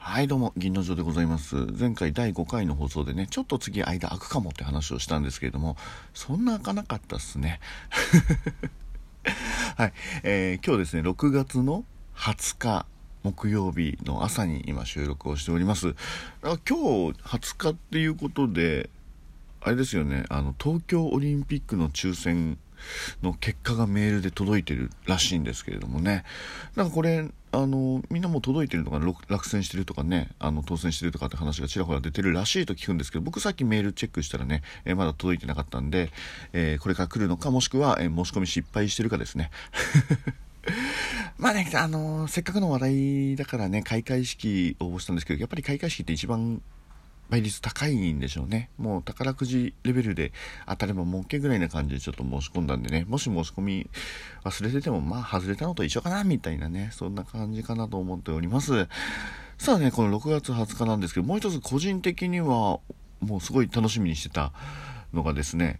はいどうも銀の城でございます。前回第5回の放送でねちょっと次間空くかもって話をしたんですけれども、そんな空かなかったっすねはい、今日ですね6月の20日木曜日の朝に今収録をしております。今日20日っていうことであれですよね、東京オリンピックの抽選の結果がメールで届いてるらしいんですけれどもね、なんかこれみんなもう届いてるとか落選してるとかね、当選してるとかって話がちらほら出てるらしいと聞くんですけど、僕さっきメールチェックしたらね、まだ届いてなかったんで、これから来るのかもしくは、申し込み失敗してるかですねまあね、せっかくの話題だからね開会式応募したんですけど、やっぱり開会式って一番倍率高いんでしょうね。もう宝くじレベルで当たれば儲けぐらいな感じでちょっと申し込んだんでね、もし申し込み忘れててもまあ外れたのと一緒かなみたいなね、そんな感じかなと思っております。さあね、この6月20日なんですけど、もう一つ個人的にはもうすごい楽しみにしてたのがですね、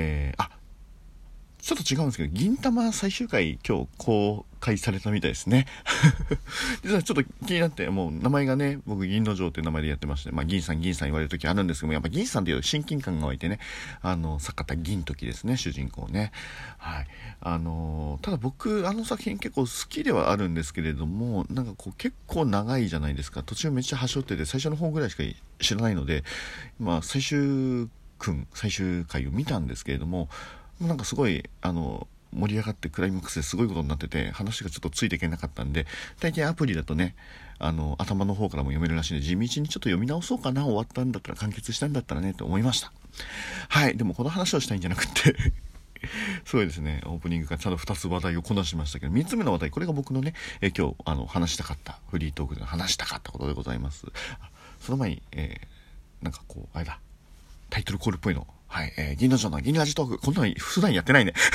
ちょっと違うんですけど、銀魂最終回今日公開されたみたいですね実はちょっと気になって、もう名前がね、僕銀の城っていう名前でやってまして、銀さん言われる時あるんですけども、やっぱ銀さんっていう親近感が湧いてね、坂田銀時ですね、主人公ね。はい。ただ僕作品結構好きではあるんですけれども、なんかこう結構長いじゃないですか。途中めっちゃ端折ってて最初の方ぐらいしか知らないので、最終回を見たんですけれども、なんかすごい盛り上がってクライマックスですごいことになってて、話がちょっとついていけなかったんで、大体アプリだとね頭の方からも読めるらしいんで、地道にちょっと読み直そうかな、終わったんだったら完結したんだったらねと思いました。はい。でもこの話をしたいんじゃなくてすごいですね、オープニングからちゃんと2つ話題をこなしましたけど、3つ目の話題、これが僕のね、今日話したかったフリートークで話したかったことでございます。その前に、なんかこうあれだ、タイトルコールっぽいの、はい、銀の城の銀ラジトーク、こんなの普段やってないね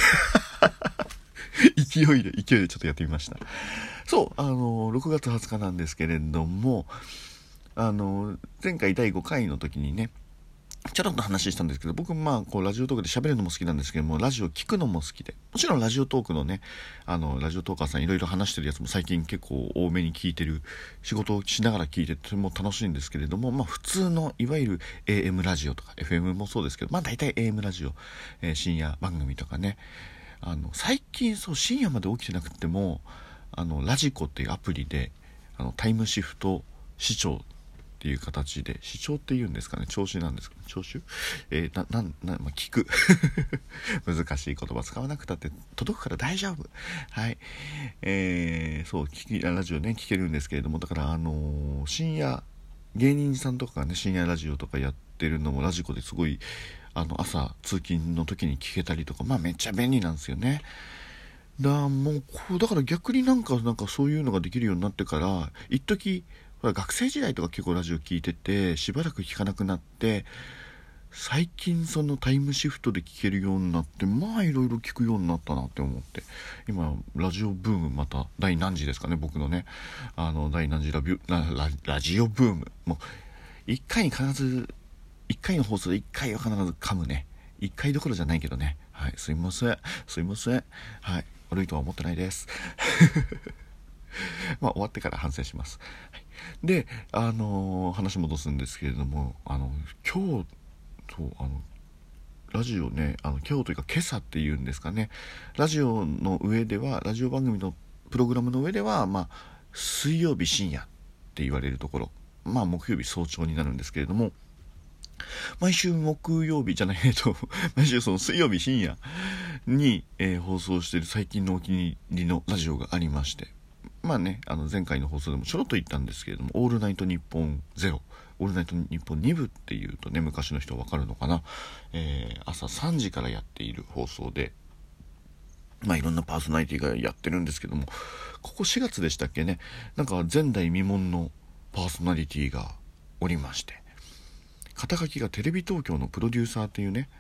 勢いでちょっとやってみました。そう、6月20日なんですけれども、前回第5回の時にねちょろっと話したんですけど、僕こうラジオトークで喋るのも好きなんですけども、ラジオ聞くのも好きで、もちろんラジオトークのねラジオトーカーさんいろいろ話してるやつも最近結構多めに聞いてる、仕事をしながら聞いてとても楽しいんですけれども、普通のいわゆる AM ラジオとか FM もそうですけど、大体 AM ラジオ、深夜番組とかね、最近そう深夜まで起きてなくてもラジコっていうアプリでタイムシフト視聴っていう形で、視聴っていうんですかね、聴取なんですかね、聴取聞く難しい言葉使わなくたって届くから大丈夫。はい。そうラジオね聞けるんですけれども、だから深夜芸人さんとかがね深夜ラジオとかやってるのもラジコですごい朝通勤の時に聞けたりとか、めっちゃ便利なんですよね。だから逆になんかそういうのができるようになってから、一時学生時代とか結構ラジオ聞いててしばらく聞かなくなって、最近そのタイムシフトで聞けるようになって、いろいろ聞くようになったなって思って、今ラジオブームまた第何次ですかね、僕のね第何次ラジオブーム、もう1回の放送で1回は必ず噛むね。1回どころじゃないけどね。はい、すいません。はい、悪いとは思ってないです終わってから反省します。はい、で話戻すんですけれども、今日とラジオね、今日というか今朝っていうんですかね、ラジオの上では、ラジオ番組のプログラムの上では水曜日深夜って言われるところ、木曜日早朝になるんですけれども、毎週木曜日じゃない毎週その水曜日深夜に、放送している最近のお気に入りのラジオがありまして、前回の放送でもちょろっと言ったんですけれども、オールナイトニッポンゼロ、オールナイトニッポン2部っていうとね、昔の人は分かるのかな、朝3時からやっている放送で、いろんなパーソナリティがやってるんですけども、ここ4月でしたっけね、なんか前代未聞のパーソナリティがおりまして、肩書きがテレビ東京のプロデューサーっていうね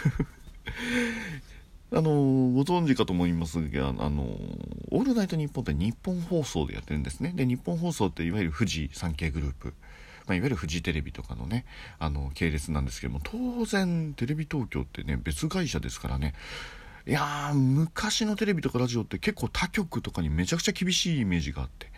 ご存知かと思いますが、オールナイトニッポンって日本放送でやってるんですね。で、日本放送っていわゆる富士山系グループ、いわゆるフジテレビとかのね系列なんですけども、当然テレビ東京ってね別会社ですからね。いやー、昔のテレビとかラジオって結構他局とかにめちゃくちゃ厳しいイメージがあって、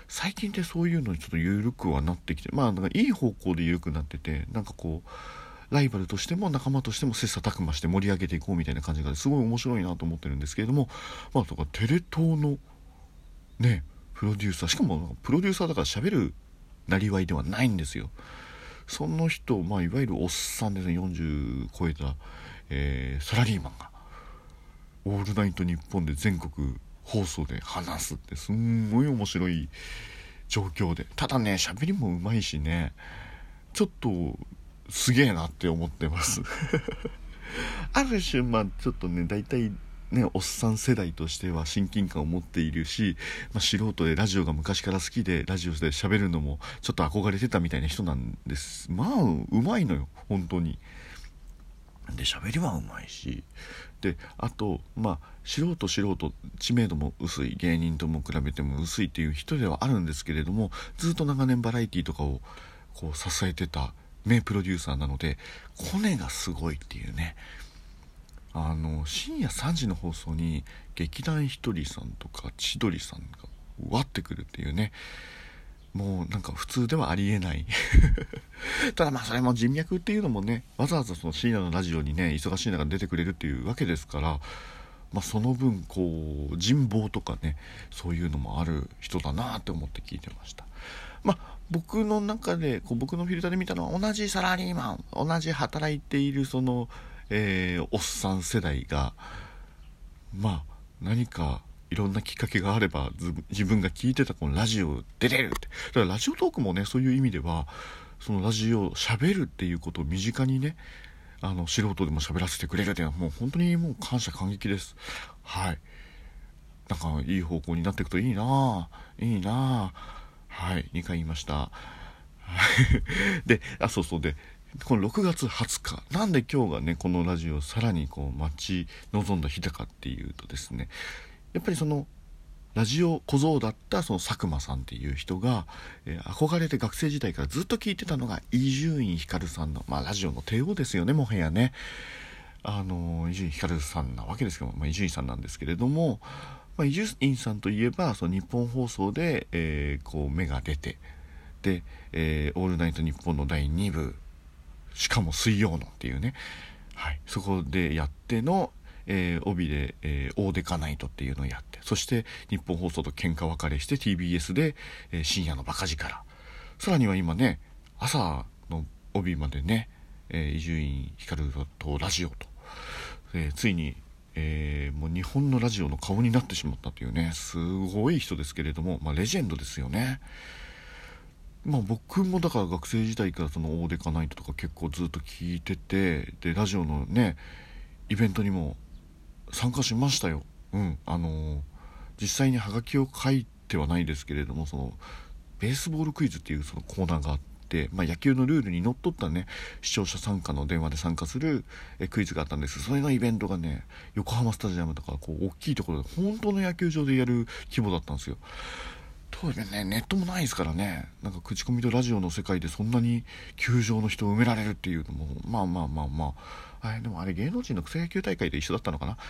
最近ってそういうのにちょっと緩くはなってきて、なんかいい方向で緩くなってて、なんかこうライバルとしても仲間としても切磋琢磨して盛り上げていこうみたいな感じがすごい面白いなと思ってるんですけれども、とかテレ東のねプロデューサー、しかもプロデューサーだから喋るなりわいではないんですよ。その人、いわゆるおっさんですね、40超えた、サラリーマンがオールナイトニッポンで全国放送で話すってすんごい面白い状況で、ただね喋りもうまいしね、ちょっとすげえなって思ってますある種ちょっとね大体ねおっさん世代としては親近感を持っているし、素人でラジオが昔から好きでラジオで喋るのもちょっと憧れてたみたいな人なんです。うまいのよ本当に。で喋りはうまいし、であと素人知名度も薄い、芸人とも比べても薄いっていう人ではあるんですけれども、ずっと長年バラエティとかをこう支えてた名プロデューサーなのでコネがすごいっていうね。深夜3時の放送に劇団ひとりさんとか千鳥さんが割ってくるっていうね、もうなんか普通ではありえないただそれも人脈っていうのもね、わざわざその深夜のラジオにね忙しい中で出てくれるっていうわけですから、その分こう人望とかねそういうのもある人だなって思って聞いてました。僕の中で僕のフィルターで見たのは、同じサラリーマン、同じ働いているその、おっさん世代が何かいろんなきっかけがあれば自分が聞いてたこのラジオ出れるって、だからラジオトークもねそういう意味ではそのラジオ喋るっていうことを身近にね素人でも喋らせてくれるっていうのはもう本当にもう感謝感激です。はい、なんかいい方向になっていくといいなはい、2回言いましたでそうでこの6月20日なんで今日がねこのラジオをさらにこう待ち望んだ日だかっていうとですね、やっぱりそのラジオ小僧だったその佐久間さんっていう人が、憧れて学生時代からずっと聞いてたのが伊集院光さんの、ラジオの帝王ですよね、もはやね。伊集院光さんなわけですけども、伊集院さんなんですけれども、伊集院さんといえばその日本放送で、こう芽が出て、で、オールナイトニッポンの第2部、しかも水曜のっていうね、はい、そこでやっての帯で、オーデカナイトっていうのをやって、そして日本放送と喧嘩別れして TBS で、深夜のバカ力、さらには今ね朝の帯までね伊集院光とラジオと、ついに、もう日本のラジオの顔になってしまったというね、すごい人ですけれども、レジェンドですよね。僕もだから学生時代からそのオーデカナイトとか結構ずっと聞いてて、でラジオのねイベントにも参加しましたよ。実際にハガキを書いてはないですけれども、そのベースボールクイズっていうそのコーナーがあって、野球のルールにのっとったね視聴者参加の電話で参加するクイズがあったんです。それのイベントがね横浜スタジアムとかこう大きいところで本当の野球場でやる規模だったんですよ。当時ねネットもないですからね、なんか口コミとラジオの世界でそんなに球場の人を埋められるっていうのもでもあれ芸能人の草野球大会で一緒だったのかな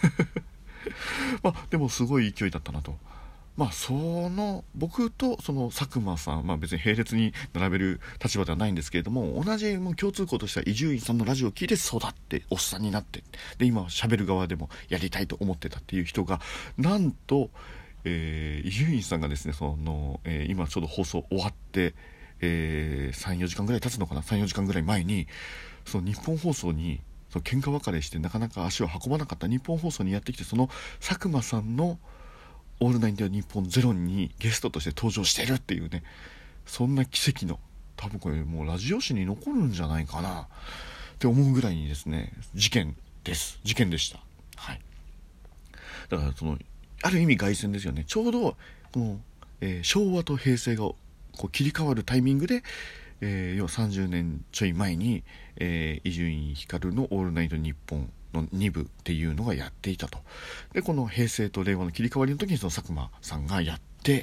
でもすごい勢いだったなと。その僕とその佐久間さん、別に並列に並べる立場ではないんですけれども、同じもう共通項としては伊集院さんのラジオを聞いて育っておっさんになって、で今は喋る側でもやりたいと思ってたっていう人がなんと、伊集院さんがですね今ちょうど放送終わって、3,4 時間ぐらい経つのかな、3,4 時間ぐらい前にその日本放送にその喧嘩別れしてなかなか足を運ばなかった日本放送にやってきて、その佐久間さんのオールナイトニッポンゼロにゲストとして登場してるっていうね、そんな奇跡の、多分これもうラジオ史に残るんじゃないかなって思うぐらいにですね事件でした。はい、だからそのある意味凱旋ですよね。ちょうどこの、昭和と平成がこう切り替わるタイミングで、要は30年ちょい前に伊集院光のオールナイトニッポンの2部っていうのがやっていたと。でこの平成と令和の切り替わりの時にその佐久間さんがやって、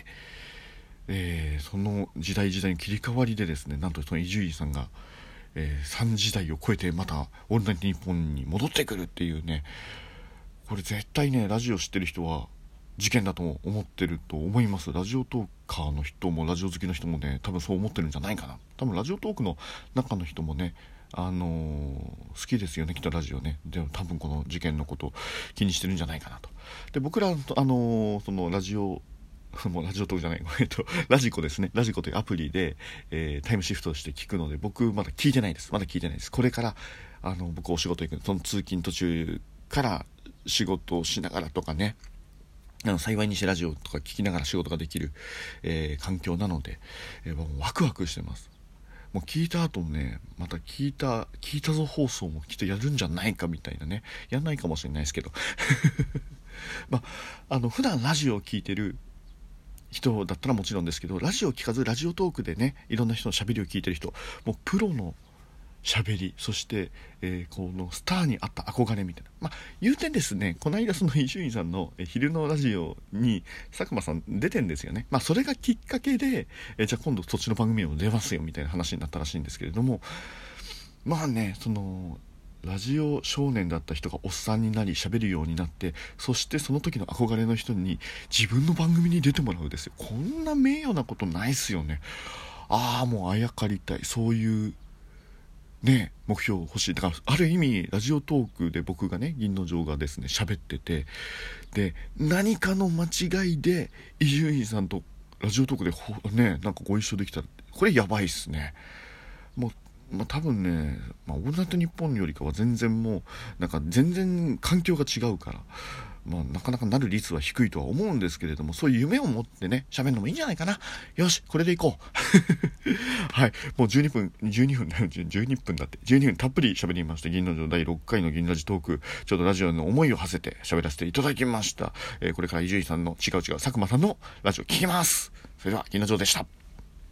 その時代の切り替わりでですね、なんとその伊集院さんが、3時代を超えてまたオールナイトニッポンに戻ってくるっていうね、これ絶対ねラジオ知ってる人は事件だと思ってると思います。ラジオトーカーの人もラジオ好きの人もね、多分そう思ってるんじゃないかな。多分ラジオトークの中の人もね、好きですよね、きっとラジオね。で多分この事件のことを気にしてるんじゃないかなと。で僕らそのラジオもうラジオトークじゃないラジコですね。ラジコというアプリで、タイムシフトして聞くので、僕まだ聞いてないです。これから僕お仕事行く、その通勤途中から仕事をしながらとかね、幸いにしてラジオとか聞きながら仕事ができる、環境なので、もうワクワクしてます。もう聞いた後もね、また聞いたぞ放送もきっとやるんじゃないかみたいなね。やんないかもしれないですけど普段ラジオを聞いてる人だったらもちろんですけど、ラジオを聞かずラジオトークでね、いろんな人の喋りを聞いてる人、もうプロの喋り、そして、このスターにあった憧れみたいな、言うてですね、この間その伊集院さんの昼のラジオに佐久間さん出てんですよね。それがきっかけで、じゃあ今度そっちの番組にも出ますよみたいな話になったらしいんですけれども、そのラジオ少年だった人がおっさんになり喋るようになって、そしてその時の憧れの人に自分の番組に出てもらうですよ。こんな名誉なことないっすよね。もうあやかりたい、そういうね、目標欲しい。だからある意味ラジオトークで僕がね、銀の城がですね喋ってて、で何かの間違いで伊集院さんとラジオトークでね、なんかご一緒できたら、これやばいっすね。もう多分ね、オールナイトニッポンよりかは全然もうなんか全然環境が違うから、なかなかなる率は低いとは思うんですけれども、そういう夢を持ってね喋るのもいいんじゃないかな。よし、これでいこうはい、もう12分だって12分たっぷり喋りまして、銀の城第6回の銀ラジトーク、ちょっとラジオの思いを馳せて喋らせていただきました。これから伊集院さんの違う佐久間さんのラジオ聞きます。それでは銀の城でした。